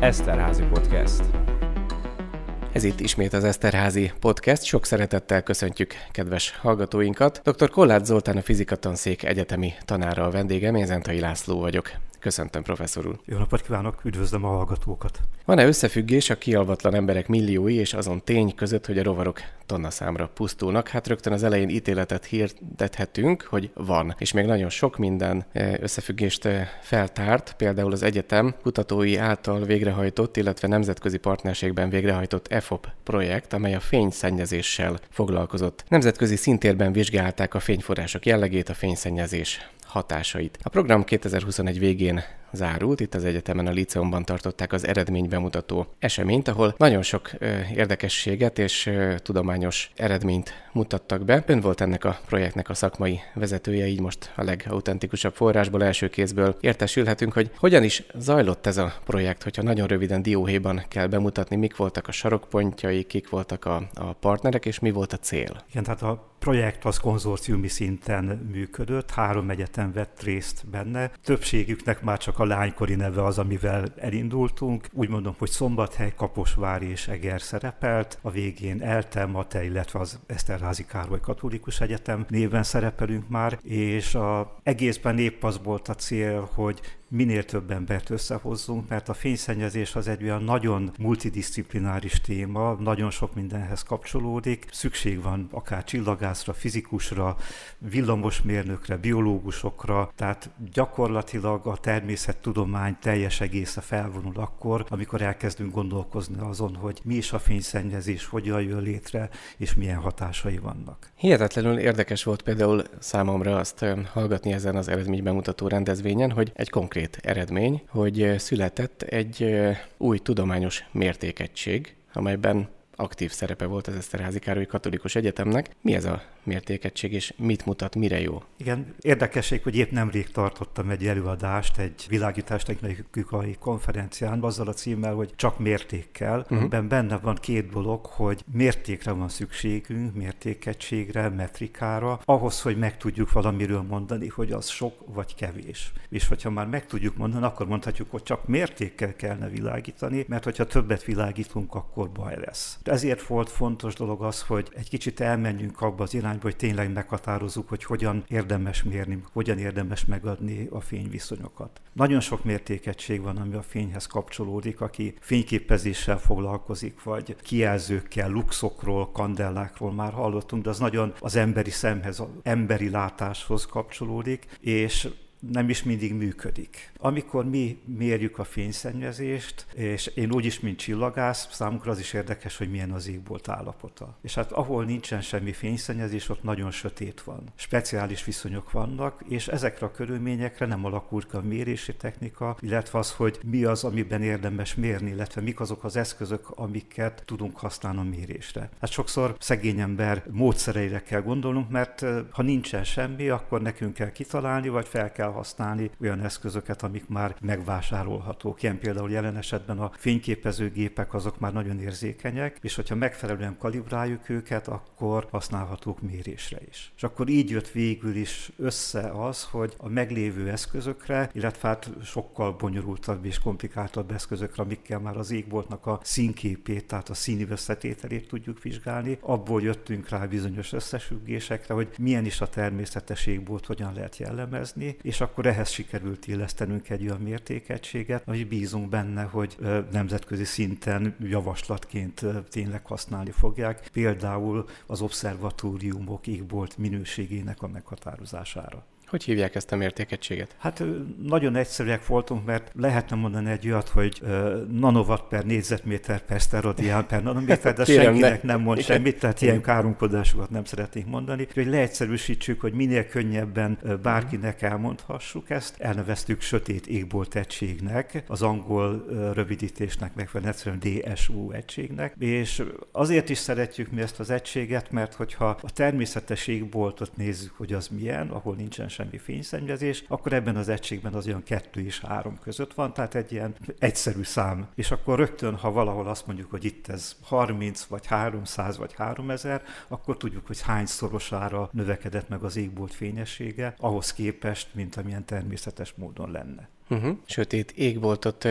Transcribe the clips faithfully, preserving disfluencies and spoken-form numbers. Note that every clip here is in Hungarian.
Eszterházy Podcast. Ez itt ismét az Eszterházy Podcast. Sok szeretettel köszöntjük kedves hallgatóinkat. dr. Kolláth Zoltán, a fizikatanszék egyetemi tanára a vendégem, én Zentai László vagyok. Köszöntöm, professzor úr. Jó napot kívánok, üdvözlöm a hallgatókat. Van-e összefüggés a kialvatlan emberek milliói és azon tény között, hogy a rovarok tonnaszámra pusztulnak? Hát rögtön az elején ítéletet hirdethetünk, hogy van, és még nagyon sok minden összefüggést feltárt, például az egyetem kutatói által végrehajtott, illetve nemzetközi partnerségben végrehajtott e f o p projekt, amely a fényszennyezéssel foglalkozott. Nemzetközi szintérben vizsgálták a fényforrások jellegét, a fényszennyezés hatásait. A program kétezer-huszonegy végén zárult, itt az egyetemen, a Líceumban tartották az eredménybemutató eseményt, ahol nagyon sok ö, érdekességet és ö, tudományos eredményt mutattak be. Ön volt ennek a projektnek a szakmai vezetője, így most a legautentikusabb forrásból, első kézből értesülhetünk, hogy hogyan is zajlott ez a projekt, hogyha nagyon röviden dióhéjban kell bemutatni, mik voltak a sarokpontjai, kik voltak a, a partnerek, és mi volt a cél. Igen, tehát a projekt az konzorciumi szinten működött, három egyetem vett részt benne. Többségüknek már csak a lánykori neve az, amivel elindultunk. Úgy mondom, hogy Szombathely, Kaposvár és Eger szerepelt, a végén ELTE, MATE, illetve az Eszterházy Károly Katolikus Egyetem néven szerepelünk már, és a egészben épp az volt a cél, hogy minél több embert összehozzunk, mert a fényszennyezés az egy olyan nagyon multidisziplináris téma, nagyon sok mindenhez kapcsolódik. Szükség van akár csillagászra, fizikusra, villamosmérnökre, biológusokra, tehát gyakorlatilag a természettudomány teljes egésze felvonul akkor, amikor elkezdünk gondolkozni azon, hogy mi is a fényszennyezés, hogyan jön létre, és milyen hatásai vannak. Hihetetlenül érdekes volt például számomra azt hallgatni ezen az eredménybemutató rendezvényen, hogy egy konkrét eredmény, hogy született egy új tudományos mértékegység, amelyben aktív szerepe volt az Eszterházy Károly Katolikus Egyetemnek. Mi ez a mértékegység, és mit mutat, mire jó? Igen, érdekesség, hogy épp nemrég tartottam egy előadást egy világítástechnikai konferencián, azzal a címmel, hogy csak mértékkel. Uh-huh. Amiben benne van két dolog, hogy mértékre van szükségünk, mértékegységre, metrikára, ahhoz, hogy meg tudjuk valamiről mondani, hogy az sok vagy kevés. És hogyha már meg tudjuk mondani, akkor mondhatjuk, hogy csak mértékkel kellene világítani, mert hogyha többet világítunk, akkor baj lesz. Ezért volt fontos dolog az, hogy egy kicsit elmenjünk abba az irányba, hogy tényleg meghatározzuk, hogy hogyan érdemes mérni, hogyan érdemes megadni a fényviszonyokat. Nagyon sok mértékegység van, ami a fényhez kapcsolódik, aki fényképezéssel foglalkozik, vagy kijelzőkkel, luxokról, kandellákról már hallottunk, de az nagyon az emberi szemhez, az emberi látáshoz kapcsolódik, és nem is mindig működik. Amikor mi mérjük a fényszennyezést, és én úgyis, mint csillagász, számunkra az is érdekes, hogy milyen az égbolt állapota. És hát ahol nincsen semmi fényszennyezés, ott nagyon sötét van. Speciális viszonyok vannak, és ezekre a körülményekre nem alakul ki a mérési technika, illetve az, hogy mi az, amiben érdemes mérni, illetve mik azok az eszközök, amiket tudunk használni a mérésre. Hát sokszor szegény ember módszereire kell gondolnunk, mert ha nincsen semmi, akkor nekünk kell kitalálni, vagy fel kell használni olyan eszközöket, amik már megvásárolhatók. Ilyen például jelen esetben a fényképezőgépek azok már nagyon érzékenyek, és hogyha megfelelően kalibráljuk őket, akkor használhatók mérésre is. És akkor így jött végül is össze az, hogy a meglévő eszközökre, illetve hát sokkal bonyolultabb és komplikáltabb eszközökre, amikkel már az égboltnak a színképét, tehát a színi összetételét tudjuk vizsgálni, abból jöttünk rá bizonyos összefüggésekre, hogy milyen is a természetes égbolt, hogyan lehet jellemezni, és akkor ehhez sikerült illesztenünk egy olyan mértékegységet, hogy bízunk benne, hogy nemzetközi szinten javaslatként tényleg használni fogják, például az obszervatóriumok égbolt minőségének a meghatározására. Hogy hívják ezt a mértékegységet? Hát nagyon egyszerűek voltunk, mert lehetne mondani egy olyat, hogy nanowatt per négyzetméter per szteradián per nanométer, de senkinek nem mond semmit, tehát ilyen káromkodásokat nem szeretnénk mondani. Hogy leegyszerűsítsük, hogy minél könnyebben bárkinek elmondhassuk ezt. Elneveztük sötét égbolt egységnek, az angol rövidítésnek megfelelően egyszerűen dé es u egységnek, és azért is szeretjük mi ezt az egységet, mert hogyha a természetes égboltot nézzük, hogy az milyen, ahol nincsen semmi fényszennyezés, akkor ebben az egységben az olyan kettő és három között van, tehát egy ilyen egyszerű szám. És akkor rögtön, ha valahol azt mondjuk, hogy itt ez harminc, vagy háromszáz, vagy háromezer, akkor tudjuk, hogy hányszorosára növekedett meg az égbolt fényessége, ahhoz képest, mint amilyen természetes módon lenne. Uh-huh. Sötét égboltot uh,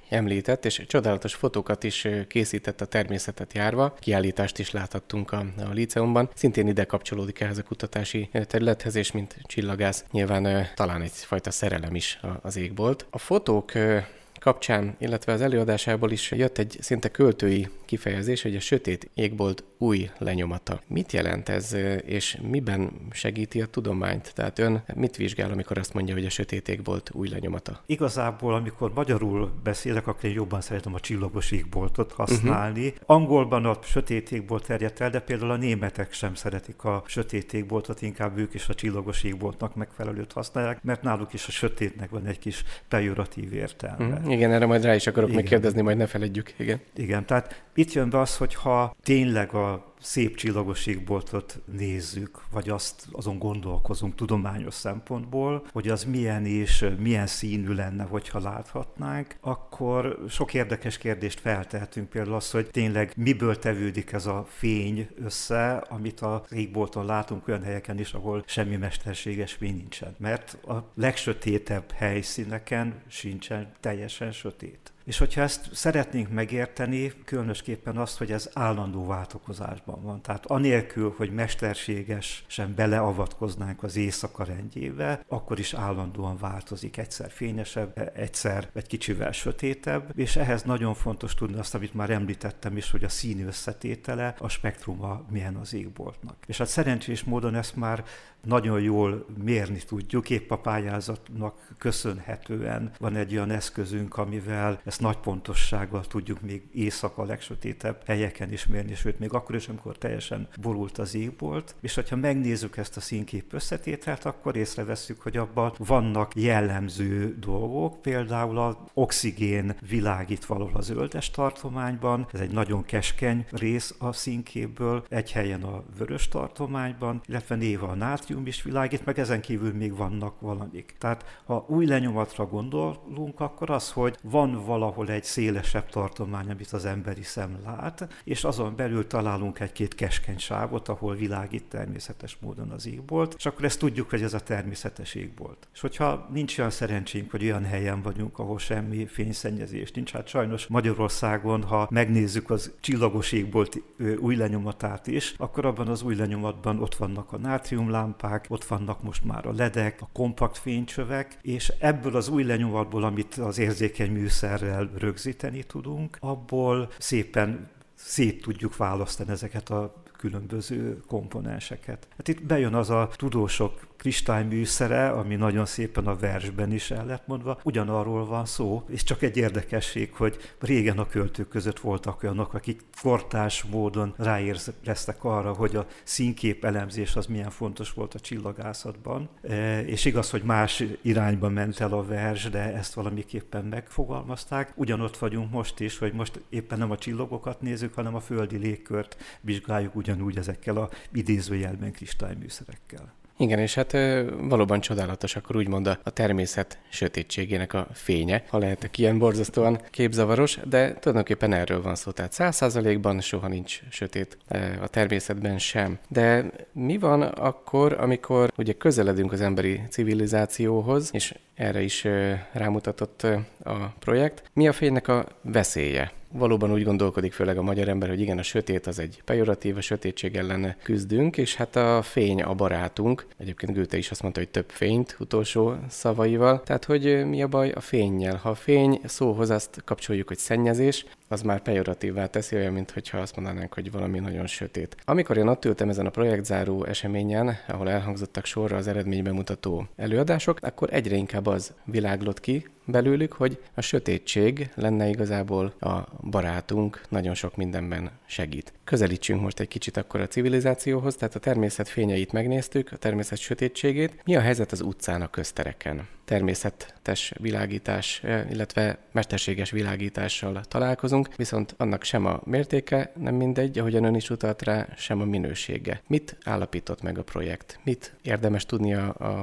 említett, és csodálatos fotókat is készített a természetet járva. Kiállítást is láthattunk a, a líceumban. Szintén ide kapcsolódik ehhez a kutatási területhez, és mint csillagász nyilván talán egyfajta szerelem is az égbolt. A fotók kapcsán, illetve az előadásából is jött egy szinte költői kifejezés, hogy a sötét égbolt új lenyomata. Mit jelent ez, és miben segíti a tudományt? Tehát ön mit vizsgál, amikor azt mondja, hogy a sötét égbolt új lenyomata? Igazából, amikor magyarul beszélek, akkor én jobban szeretem a csillagos égboltot használni. Uh-huh. Angolban a sötét égbolt terjedt el, de például a németek sem szeretik a sötét égboltot, inkább ők is a csillagos égboltnak megfelelőt használják, mert náluk is a sötétnek van egy kis pejoratív értelme. Uh-huh. Igen, erre majd rá is akarok Igen. még kérdezni, majd ne feledjük. Igen. Igen, tehát itt jön be az, hogyha tényleg a szép csillagos égboltot nézzük, vagy azt azon gondolkozunk tudományos szempontból, hogy az milyen és milyen színű lenne, hogyha láthatnánk, akkor sok érdekes kérdést feltehetünk, például az, hogy tényleg miből tevődik ez a fény össze, amit a égbolton látunk olyan helyeken is, ahol semmi mesterséges fény nincsen. Mert a legsötétebb helyszíneken sincsen teljesen sötét. És hogyha ezt szeretnénk megérteni, különösképpen azt, hogy ez állandó váltakozásban van. Tehát anélkül, hogy mesterségesen beleavatkoznánk az éjszaka rendjébe, akkor is állandóan változik. Egyszer fényesebb, egyszer egy kicsivel sötétebb, és ehhez nagyon fontos tudni azt, amit már említettem is, hogy a szín összetétele, a spektruma milyen az égboltnak. És hát szerencsés módon ezt már nagyon jól mérni tudjuk, épp a pályázatnak köszönhetően van egy olyan eszközünk, amivel ezt nagy pontossággal tudjuk még éjszaka legsötétebb helyeken is mérni, sőt még akkor is, amikor teljesen borult az égbolt. És hogyha megnézzük ezt a színkép összetételt, akkor észrevesszük, hogy abban vannak jellemző dolgok, például az oxigén világít valahol a zöldes tartományban, ez egy nagyon keskeny rész a színképből, egy helyen a vörös tartományban, illetve néha a nátrium is világít, meg ezen kívül még vannak valamik. Tehát ha új lenyomatra gondolunk, akkor az, hogy van valahol egy szélesebb tartomány, amit az emberi szem lát, és azon belül találunk egy-két keskeny sávot, ahol világít természetes módon az égbolt, és akkor ezt tudjuk, hogy ez a természetes égbolt. És hogyha nincs olyan szerencsénk, hogy olyan helyen vagyunk, ahol semmi fényszennyezés nincs, hát sajnos Magyarországon, ha megnézzük az csillagos égbolt új lenyomatát is, akkor abban az új lenyomatban ott vannak a nátriumlámpák, ott vannak most már a ledek, a kompakt fénycsövek, és ebből az új lenyomatból, amit az érzékeny műszerrel rögzíteni tudunk, abból szépen szét tudjuk választani ezeket a különböző komponenseket. Hát itt bejön az a tudósok kristályműszere, ami nagyon szépen a versben is el lett mondva, ugyanarról van szó, és csak egy érdekesség, hogy régen a költők között voltak olyanok, akik kortárs módon ráéreztek arra, hogy a színkép elemzés az milyen fontos volt a csillagászatban, és igaz, hogy más irányba ment el a vers, de ezt valamiképpen megfogalmazták. Ugyanott vagyunk most is, hogy most éppen nem a csillagokat nézzük, hanem a földi légkört vizsgáljuk ugyanúgy ezekkel a idézőjelben kristályműszerekkel. Igen, és hát valóban csodálatos akkor úgymond a természet sötétségének a fénye, ha lehetek ilyen borzasztóan képzavaros, de tulajdonképpen erről van szó, tehát száz százalékban soha nincs sötét a természetben sem. De mi van akkor, amikor ugye közeledünk az emberi civilizációhoz, és erre is rámutatott a projekt, mi a fénynek a veszélye? Valóban úgy gondolkodik főleg a magyar ember, hogy igen, a sötét az egy pejoratív, a sötétség ellen küzdünk, és hát a fény a barátunk. Egyébként Goethe is azt mondta, hogy több fényt utolsó szavaival. Tehát, hogy mi a baj a fénnyel? Ha a fény szóhoz azt kapcsoljuk, hogy szennyezés, az már pejoratívvá teszi, olyan, mintha azt mondanánk, hogy valami nagyon sötét. Amikor én ott ültem ezen a projektzáró eseményen, ahol elhangzottak sorra az eredménybemutató előadások, akkor egyre inkább az világlott ki belőlük, hogy a sötétség lenne igazából a barátunk, nagyon sok mindenben segít. Közelítsünk most egy kicsit akkor a civilizációhoz, tehát a természet fényeit megnéztük, a természet sötétségét. Mi a helyzet az utcán, a köztereken? Természetes világítás, illetve mesterséges világítással találkozunk, viszont annak sem a mértéke nem mindegy, ahogyan ön is utalt rá, sem a minősége. Mit állapított meg a projekt? Mit érdemes tudnia a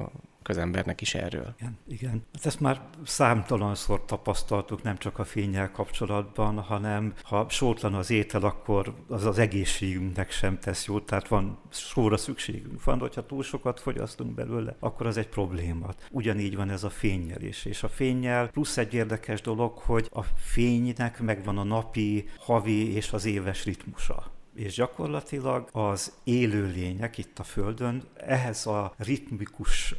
közembernek is erről. Igen, igen. Hát ezt már számtalanszor tapasztaltuk, nem csak a fénnyel kapcsolatban, hanem ha sótlan az étel, akkor az az egészségünknek sem tesz jót, tehát van sóra szükségünk van, hogyha túl sokat fogyasztunk belőle, akkor az egy probléma. Ugyanígy van ez a fénnyel is. És a fénnyel plusz egy érdekes dolog, hogy a fénynek megvan a napi, havi és az éves ritmusa. És gyakorlatilag az élőlények itt a Földön ehhez a ritmikus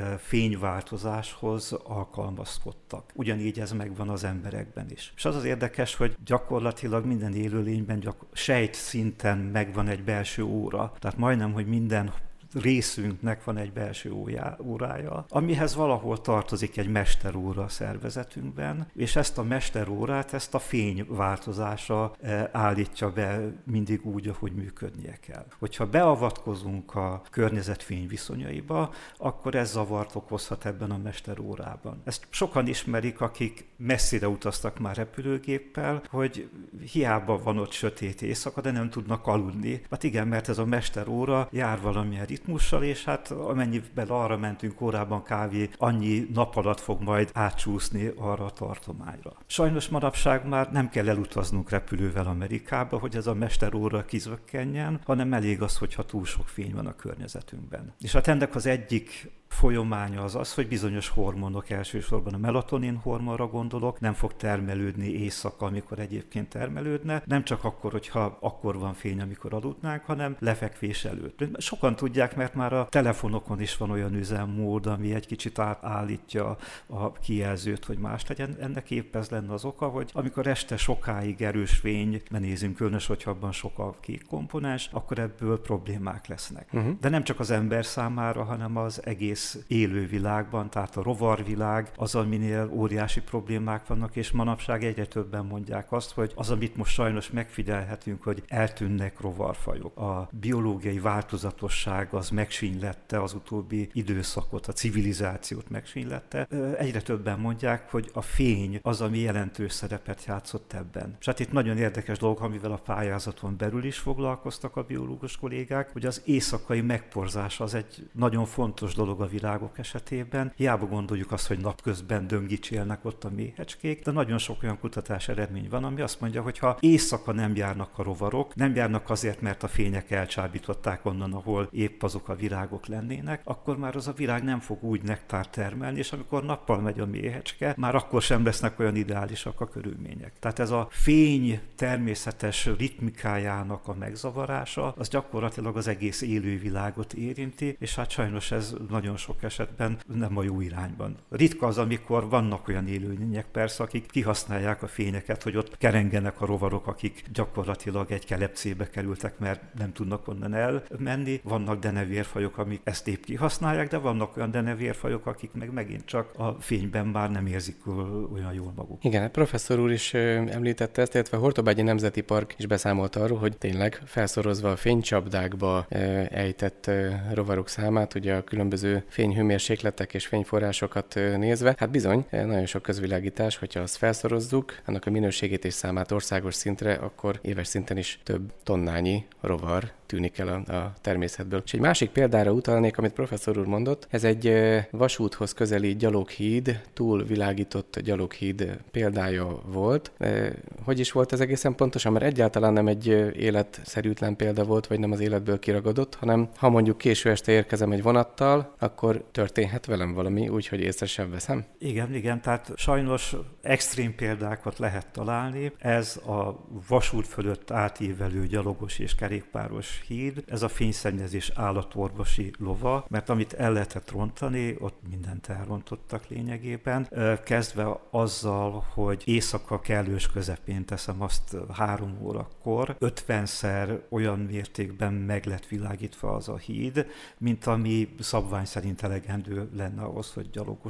fényváltozáshoz alkalmazkodtak. Ugyanígy ez megvan az emberekben is. És az az érdekes, hogy gyakorlatilag minden élőlényben gyakor- sejt szinten megvan egy belső óra. Tehát majdnem, hogy minden részünknek van egy belső órája, amihez valahol tartozik egy mesteróra a szervezetünkben, és ezt a mesterórát, ezt a fény változása állítja be mindig úgy, ahogy működnie kell. Hogyha beavatkozunk a környezet fényviszonyaiba, akkor ez zavart okozhat ebben a mesterórában. Ezt sokan ismerik, akik messzire utaztak már repülőgéppel, hogy hiába van ott sötét éjszaka, de nem tudnak aludni. Hát igen, mert ez a mesteróra jár valamilyen ritmussal, és hát amennyiben arra mentünk órában kávé, annyi nap alatt fog majd átcsúszni arra a tartományra. Sajnos manapság már nem kell elutaznunk repülővel Amerikába, hogy ez a mesteróra kizökkenjen, hanem elég az, hogyha túl sok fény van a környezetünkben. És hát ennek az egyik folyamánya az az, hogy bizonyos hormonok, elsősorban a melatonin hormonra gondolok, nem fog termelődni éjszaka, amikor egyébként termelődne, nem csak akkor, hogyha akkor van fény, amikor aludnánk, hanem lefekvés előtt. Sokan tudják, mert már a telefonokon is van olyan üzemmód, ami egy kicsit átállítja a kijelzőt, hogy más legyen. Ennek épp ez lenne az oka, hogy amikor este sokáig erős fény, nézünk, különös, hogyha abban sok a kék komponens, akkor ebből problémák lesznek. Uh-huh. De nem csak az ember számára, hanem az egész élővilágban, tehát a rovarvilág az, aminél óriási problémák vannak, és manapság egyre többen mondják azt, hogy az, amit most sajnos megfigyelhetünk, hogy eltűnnek rovarfajok. A biológiai változatosság az megsínylette az utóbbi időszakot, a civilizációt megsínylette. Egyre többen mondják, hogy a fény az, ami jelentős szerepet játszott ebben. És hát itt nagyon érdekes dolog, amivel a pályázaton belül is foglalkoztak a biológus kollégák, hogy az éjszakai megporzás az egy nagyon fontos dolog a világok esetében. Hiába gondoljuk azt, hogy napközben döngicsélnek ott a méhecskék, de nagyon sok olyan kutatás eredmény van, ami azt mondja, hogy ha éjszaka nem járnak a rovarok, nem járnak azért, mert a fények elcsábították onnan, ahol épp azok a virágok lennének, akkor már az a virág nem fog úgy nektárt termelni, és amikor nappal megy a méhecske, már akkor sem lesznek olyan ideálisak a körülmények. Tehát ez a fény természetes ritmikájának a megzavarása, az gyakorlatilag az egész élővilágot érinti, és hát sajnos ez nagyon sok esetben nem a jó irányban. Ritka az, amikor vannak olyan élőlények persze, akik kihasználják a fényeket, hogy ott kerengenek a rovarok, akik gyakorlatilag egy kelepcébe kerültek, mert nem tudnak onnan elmenni. Vannak denevérfajok, amik ezt épp kihasználják, de vannak olyan denevérfajok, akik meg megint csak a fényben már nem érzik olyan jól maguk. Igen, a professzor úr is említette ezt, illetve a Hortobágyi Nemzeti Park is beszámolt arról, hogy tényleg felszorozva a fénycsapdákba ejtett rovarok számát, ugye a különböző fényhőmérsékletek és fényforrásokat nézve, hát bizony, nagyon sok közvilágítás, hogyha azt felszorozzuk, annak a minőségét és számát országos szintre, akkor éves szinten is több tonnányi rovar tűnik el a, a természetből. És egy másik példára utalnék, amit professzor úr mondott, ez egy vasúthoz közeli gyaloghíd, túlvilágított gyaloghíd példája volt. Hogy is volt ez egészen pontosan? Mert egyáltalán nem egy életszerűtlen példa volt, vagy nem az életből kiragadott, hanem ha mondjuk késő este érkezem egy vonattal, akkor történhet velem valami, úgyhogy észre sem veszem? Igen, igen, tehát sajnos extrém példákat lehet találni. Ez a vasút fölött átívelő gyalogos és kerékpáros híd, ez a fényszennyezés állatorvosi lova, mert amit el lehetett rontani, ott mindent elrontottak lényegében, kezdve azzal, hogy éjszaka kellős közepén, teszem azt három órakor, ötvenszer olyan mértékben meg lett világítva az a híd, mint ami szabvány szerint elegendő lenne ahhoz, hogy gyalogosok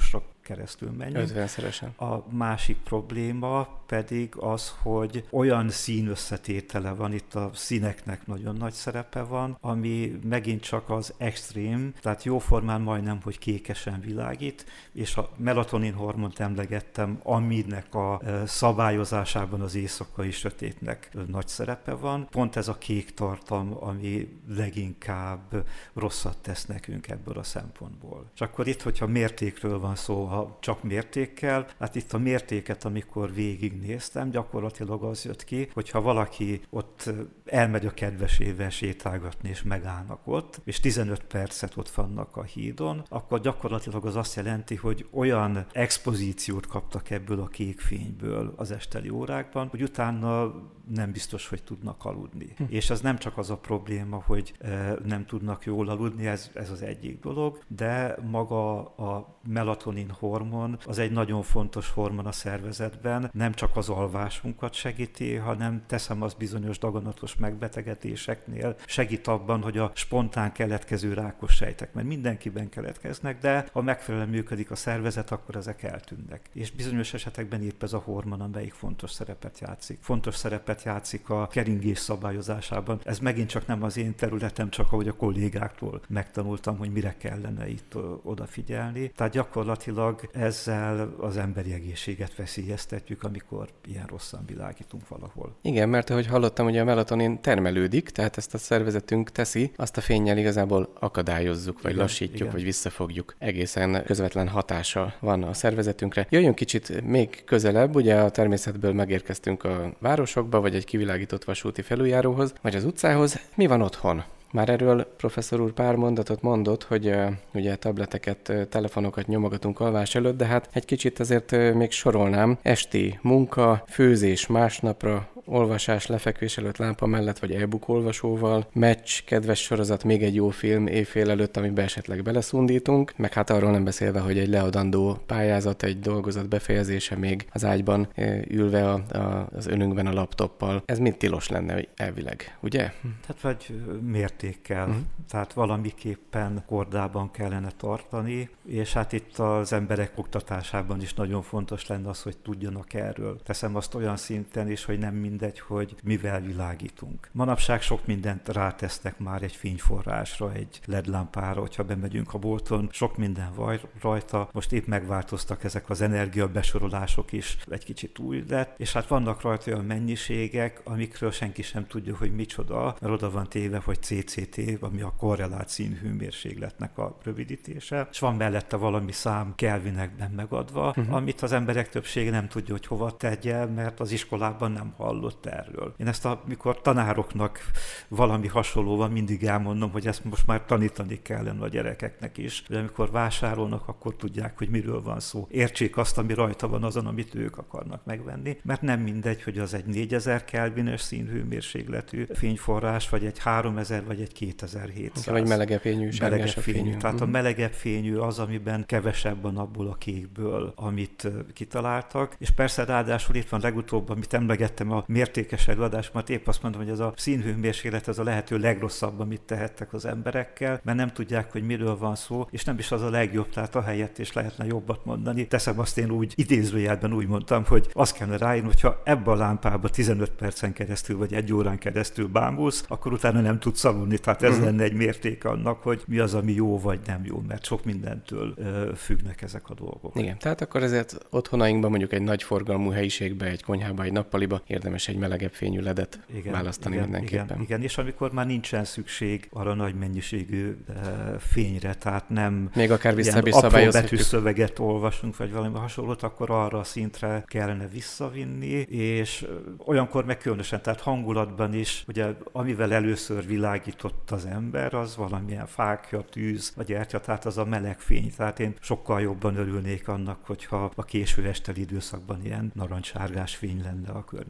keresztül menjünk. ötvenszeresen. A másik probléma pedig az, hogy olyan színösszetétele van, itt a színeknek nagyon nagy szerepe van, ami megint csak az extrém, tehát jóformán majdnem, hogy kékesen világít, és a melatonin hormont emlegettem, aminek a szabályozásában az éjszakai sötétnek nagy szerepe van. Pont ez a kék tartalom, ami leginkább rosszat tesz nekünk ebből a szempontból. És akkor itt, hogyha mértékről van szó, ha csak mértékkel, hát itt a mértéket, amikor végignéztem, gyakorlatilag az jött ki, hogyha valaki ott elmegy a kedvesével sétálgatni, és megállnak ott, és tizenöt percet ott vannak a hídon, akkor gyakorlatilag az azt jelenti, hogy olyan expozíciót kaptak ebből a kék fényből az esteli órákban, hogy utána nem biztos, hogy tudnak aludni. Hm. És ez nem csak az a probléma, hogy e, nem tudnak jól aludni, ez, ez az egyik dolog, de maga a melatonin hormon az egy nagyon fontos hormon a szervezetben, nem csak az alvásunkat segíti, hanem teszem azt bizonyos daganatos megbetegedéseknél, segít abban, hogy a spontán keletkező rákos sejtek, mert mindenkiben keletkeznek, de ha megfelelően működik a szervezet, akkor ezek eltűnnek. És bizonyos esetekben épp ez a hormon, amelyik fontos szerepet játszik. Fontos szerepet játszik a keringés szabályozásában. Ez megint csak nem az én területem, csak ahogy a kollégáktól megtanultam, hogy mire kellene itt odafigyelni. Tehát gyakorlatilag ezzel az emberi egészséget veszélyeztetjük, amikor ilyen rosszan világítunk valahol. Igen, mert ahogy hallottam, hogy a melatonin termelődik, tehát ezt a szervezetünk teszi, azt a fénnyel igazából akadályozzuk, vagy igen, lassítjuk, igen. vagy visszafogjuk. Egészen közvetlen hatása van a szervezetünkre. Jöjjünk kicsit még közelebb, ugye a természetből megérkeztünk a városokba, vagy egy kivilágított vasúti felüljáróhoz, vagy az utcához. Mi van otthon? Már erről professzor úr pár mondatot mondott, hogy uh, ugye tableteket, uh, telefonokat nyomogatunk alvás előtt, de hát egy kicsit azért uh, még sorolnám. Esti munka, főzés másnapra, olvasás lefekvés előtt lámpa mellett, vagy e-book olvasóval, meccs, kedves sorozat, még egy jó film éjfél előtt, amiben esetleg beleszundítunk, meg hát arról nem beszélve, hogy egy leadandó pályázat, egy dolgozat befejezése még az ágyban uh, ülve a, a, az önünkben a laptoppal. Ez mind tilos lenne elvileg, ugye? Tehát vagy mértékkel, uh-huh. tehát valamiképpen kordában kellene tartani, és hát itt az emberek oktatásában is nagyon fontos lenne az, hogy tudjanak erről. Teszem azt olyan szinten is, hogy nem mindegy, hogy mivel világítunk. Manapság sok mindent rátesznek már egy fényforrásra, egy el é dé lámpára, hogyha bemegyünk a bolton, sok minden van rajta. Most épp megváltoztak ezek az energiabesorolások is, egy kicsit új lett, és hát vannak rajta olyan mennyiségek, amikről senki sem tudja, hogy micsoda, mert oda van téve, hogy cé cé té, ami a korrelált színhőmérsékletnek a rövidítése, és van mellette valami szám kelvinekben megadva, uh-huh. amit az emberek többsége nem tudja, hogy hova tegye, mert az iskolában nem hallott erről. Én ezt, amikor tanároknak valami hasonló van, mindig elmondom, hogy ezt most már tanítani kellene a gyerekeknek is, hogy amikor vásárolnak, akkor tudják, hogy miről van szó. Értsék azt, ami rajta van azon, amit ők akarnak megvenni, mert nem mindegy, hogy az egy négyezer kelvines színhőmérsékletű fényforrás, vagy egy háromezer, vagy egy kétezer-hétszáz. Vagy melegebb fényű, melegebb fényű. Tehát a melegebb fényű az, amiben kevesebb van abból a kékből, amit kitaláltak. És persze ráadásul itt van legutóbb, amit emlegettem a mértékes előadásomat, épp azt mondom, hogy ez a színhőmérséklet az a lehető legrosszabb, amit tehettek az emberekkel, mert nem tudják, hogy miről van szó, és nem is az a legjobb, tehát ahelyett is lehetne jobbat mondani. Teszem azt, én úgy idézőjelben úgy mondtam, hogy azt kellene ráírni, hogyha ebbe a lámpába tizenöt percen keresztül, vagy egy órán keresztül bámulsz, akkor utána nem tudsz aludni. Tehát ez uh-huh. lenne egy mérték annak, hogy mi az, ami jó vagy nem jó, mert sok mindentől ö, függnek ezek a dolgok. Igen, tehát akkor ezért otthonainkban, mondjuk egy nagy forgalmú helyiségbe, egy konyhába, egy nappaliba érdemes egy melegebb fényű ledet igen, választani igen, mindenképpen. Igen, igen, és amikor már nincsen szükség arra nagy mennyiségű uh, fényre, tehát nem még akár ilyen apró betű szöveget olvasunk, vagy valami hasonlót, akkor arra a szintre kellene visszavinni, és olyankor meg különösen, tehát hangulatban is, ugye amivel először világított az ember, az valamilyen fákja, tűz, vagy gyertya, tehát az a meleg fény. Tehát én sokkal jobban örülnék annak, hogyha a késő esteli időszakban ilyen narancssárgás fény lenne a környezetemben.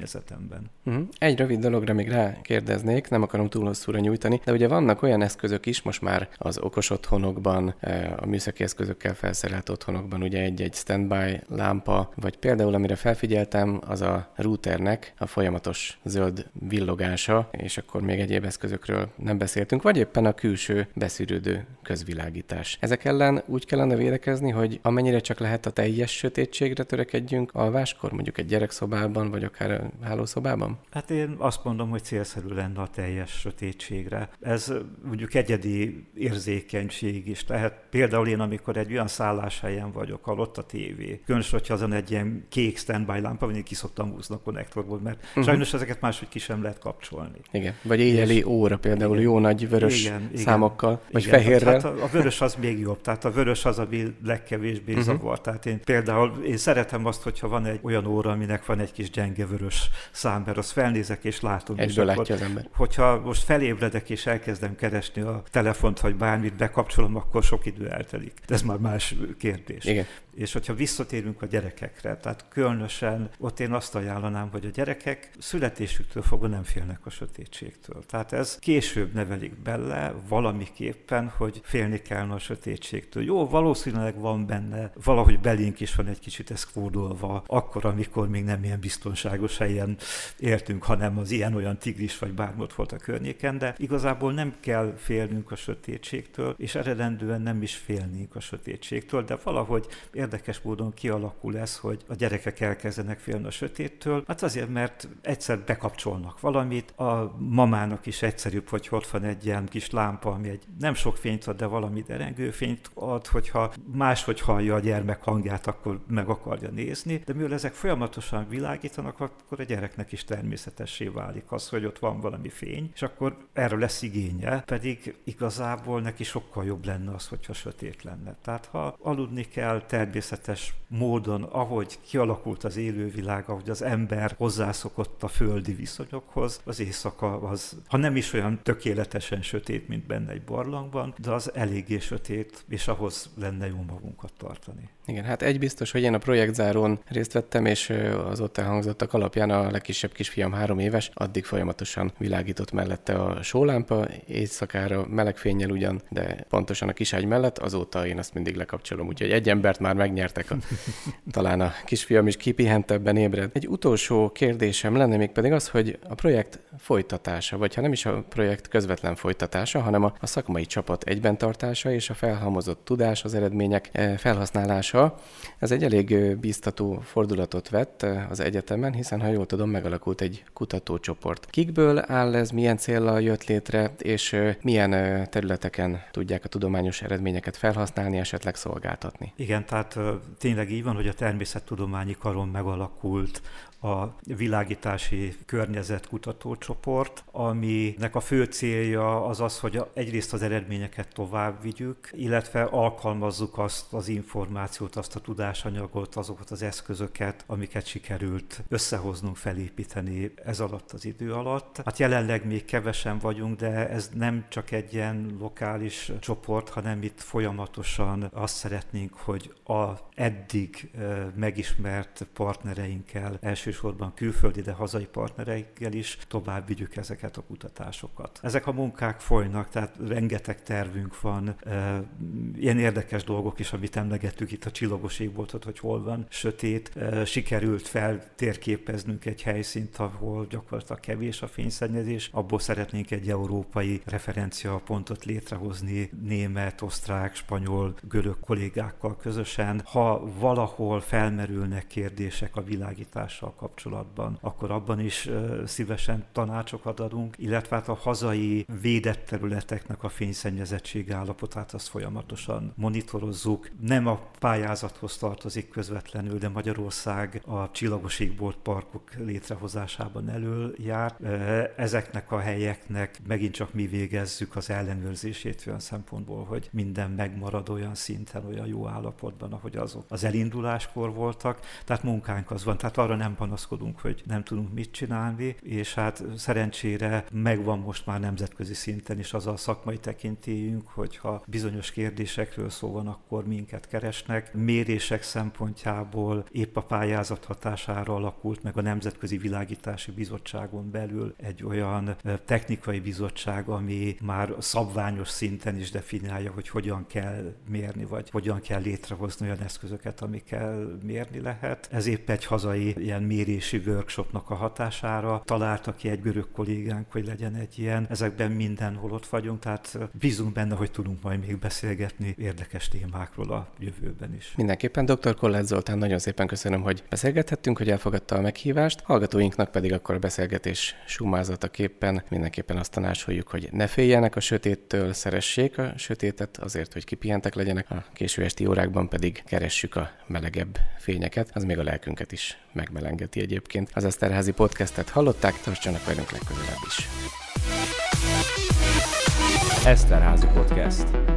szemben. Uh-huh. Egy rövid dologra még rákérdeznék, nem akarom túl hosszúra nyújtani, de ugye vannak olyan eszközök is most már az okos otthonokban, a műszaki eszközökkel felszerelt otthonokban, ugye egy-egy standby lámpa, vagy például amire felfigyeltem, az a routernek a folyamatos zöld villogása, és akkor még egyéb eszközökről nem beszéltünk, vagy éppen a külső beszűrődő közvilágítás. Ezek ellen úgy kellene védekezni, hogy amennyire csak lehet a teljes sötétségre törekedjünk alváskor, mondjuk egy gyerekszobában, vagy akár a hálószobában? Hát én azt mondom, hogy célszerű lenne a teljes sötétségre. Ez mondjuk egyedi érzékenység is lehet. Például én, amikor egy olyan szálláshelyen vagyok, ahol ott a tévé, különösen, hogyha azon egy ilyen kék standby lámpa, vagy én ki szoktam húzni a konnektorból, mert uh-huh. sajnos ezeket máshogy ki sem lehet kapcsolni. Igen. Vagy éjjeli és óra például igen, jó nagy vörös igen, számokkal, igen, vagy igen, fehérrel. Hát a, a vörös az még jobb, tehát a vörös az, ami legkevésbé uh-huh. zavar. Tehát én például én szeretem azt, hogyha van egy olyan óra, aminek van egy kis gyenge vörös szám, mert azt felnézek és látom. Egyből és látja az ember. Hogyha most felébredek és elkezdem keresni a telefont, vagy bármit bekapcsolom, akkor sok idő eltelik. De ez már más kérdés. Igen. És hogyha visszatérünk a gyerekekre, tehát különösen ott én azt ajánlanám, hogy a gyerekek születésüktől fogva nem félnek a sötétségtől. Tehát ez később nevelik bele valamiképpen, hogy félni kellene a sötétségtől. Jó, valószínűleg van benne, valahogy belénk is van egy kicsit ez kódolva, akkor, amikor még nem ilyen biztonságos helyen éltünk, hanem az ilyen-olyan tigris vagy bármot volt a környéken, de igazából nem kell félnünk a sötétségtől, és eredendően nem is félnénk a sötétségtől, de valahogy érdekes módon kialakul ez, hogy a gyerekek elkezdenek félni a sötéttől. Hát azért, mert egyszer bekapcsolnak valamit, a mamának is egyszerűbb, hogy ott van egy ilyen kis lámpa, ami egy nem sok fényt ad, de valami derengő fényt ad, hogyha máshogy hallja a gyermek hangját, akkor meg akarja nézni, de mivel ezek folyamatosan világítanak, akkor a gyereknek is természetessé válik az, hogy ott van valami fény, és akkor erről lesz igénye, pedig igazából neki sokkal jobb lenne az, hogyha sötét lenne. Tehát ha aludni kell természetes módon, ahogy kialakult az élővilág, ahogy az ember hozzászokott a földi viszonyokhoz, az éjszaka az, ha nem is olyan tökéletesen sötét, mint benne egy barlangban, de az eléggé sötét, és ahhoz lenne jó magunkat tartani. Igen, hát egy biztos, hogy én a projektzárón részt vettem, és az ott elhangzottak alapján a legkisebb kisfiam három éves, addig folyamatosan világított mellette a sólámpa, éjszakára meleg fénnyel ugyan, de pontosan a kiságy mellett, azóta én azt mindig lekapcsolom, úgyhogy egy embert már megnyertek, a, talán a kisfiam is kipihentebben ébred. Egy utolsó kérdésem lenne még pedig az, hogy a projekt folytatása, vagy ha nem is a projekt közvetlen folytatása, hanem a, a szakmai csapat egyben tartása és a felhalmozott tudás, az eredmények felhasználása, ez egy elég bíztató fordulatot vett az egyetemen, hiszen ha jól tudom, megalakult egy kutatócsoport. Kikből áll ez, milyen céllal jött létre, és milyen területeken tudják a tudományos eredményeket felhasználni, esetleg szolgáltatni? Igen, tehát tényleg így van, hogy a természettudományi karon megalakult a világítási környezetkutatócsoport, aminek a fő célja az az, hogy egyrészt az eredményeket tovább vigyük, illetve alkalmazzuk azt az információt, azt a tudásanyagot, azokat az eszközöket, amiket sikerült összehoznunk, felépíteni ez alatt az idő alatt. Hát jelenleg még kevesen vagyunk, de ez nem csak egy ilyen lokális csoport, hanem itt folyamatosan azt szeretnénk, hogy a eddig megismert partnereinkkel, elsősorban külföldi, de hazai partnereikkel is tovább vigyük ezeket a kutatásokat. Ezek a munkák folynak, tehát rengeteg tervünk van, ilyen érdekes dolgok is, amit emlegettük itt a csillagos égboltot, hogy hol van sötét. Sikerült feltérképeznünk egy helyszínt, ahol gyakorlatilag kevés a fényszennyezés. Abból szeretnénk egy európai referenciapontot létrehozni német, osztrák, spanyol, görög kollégákkal közösen. Ha valahol felmerülnek kérdések a világítással kapcsolatban, akkor abban is szívesen tanácsokat adunk, illetve hát a hazai védett területeknek a fényszennyezettség állapotát azt folyamatosan monitorozzuk. Nem a pályázathoz tartozik közvetlenül, de Magyarország a csillagos égbolt parkok létrehozásában elől jár. Ezeknek a helyeknek megint csak mi végezzük az ellenőrzését olyan szempontból, hogy minden megmarad olyan szinten, olyan jó állapotban, ahogy azok az elinduláskor voltak. Tehát munkánk az van, tehát arra nem panaszkodunk, hogy nem tudunk mit csinálni, és hát szerencsére megvan most már nemzetközi szinten is az a szakmai tekintélyünk, hogyha bizonyos kérdésekről szó van, akkor minket keresnek. Mérések szempontjából épp a pályázat hatására alakult meg a nemzetközi Nemzetközi Világítási Bizottságon belül egy olyan technikai bizottság, ami már szabványos szinten is definiálja, hogy hogyan kell mérni, vagy hogyan kell létrehozni olyan eszközöket, amikkel mérni lehet. Ez épp egy hazai ilyen mérési workshopnak a hatására találta ki egy görög kollégánk, hogy legyen egy ilyen. Ezekben mindenhol ott vagyunk, tehát bízunk benne, hogy tudunk majd még beszélgetni érdekes témákról a jövőben is. Mindenképpen doktor Kolláth Zoltán, nagyon szépen köszönöm, hogy beszélgethettünk, hogy elfogadta a meghívást. Hallgatóinknak pedig akkor a beszélgetés sumázataképpen mindenképpen azt tanácsoljuk, hogy ne féljenek a sötéttől, szeressék a sötétet azért, hogy kipihentek legyenek, a késő esti órákban pedig keressük a melegebb fényeket, az még a lelkünket is megmelengeti egyébként. Az Eszterházy podcastet hallották, tartsanak velünk legközelebb is. Eszterházy podcast.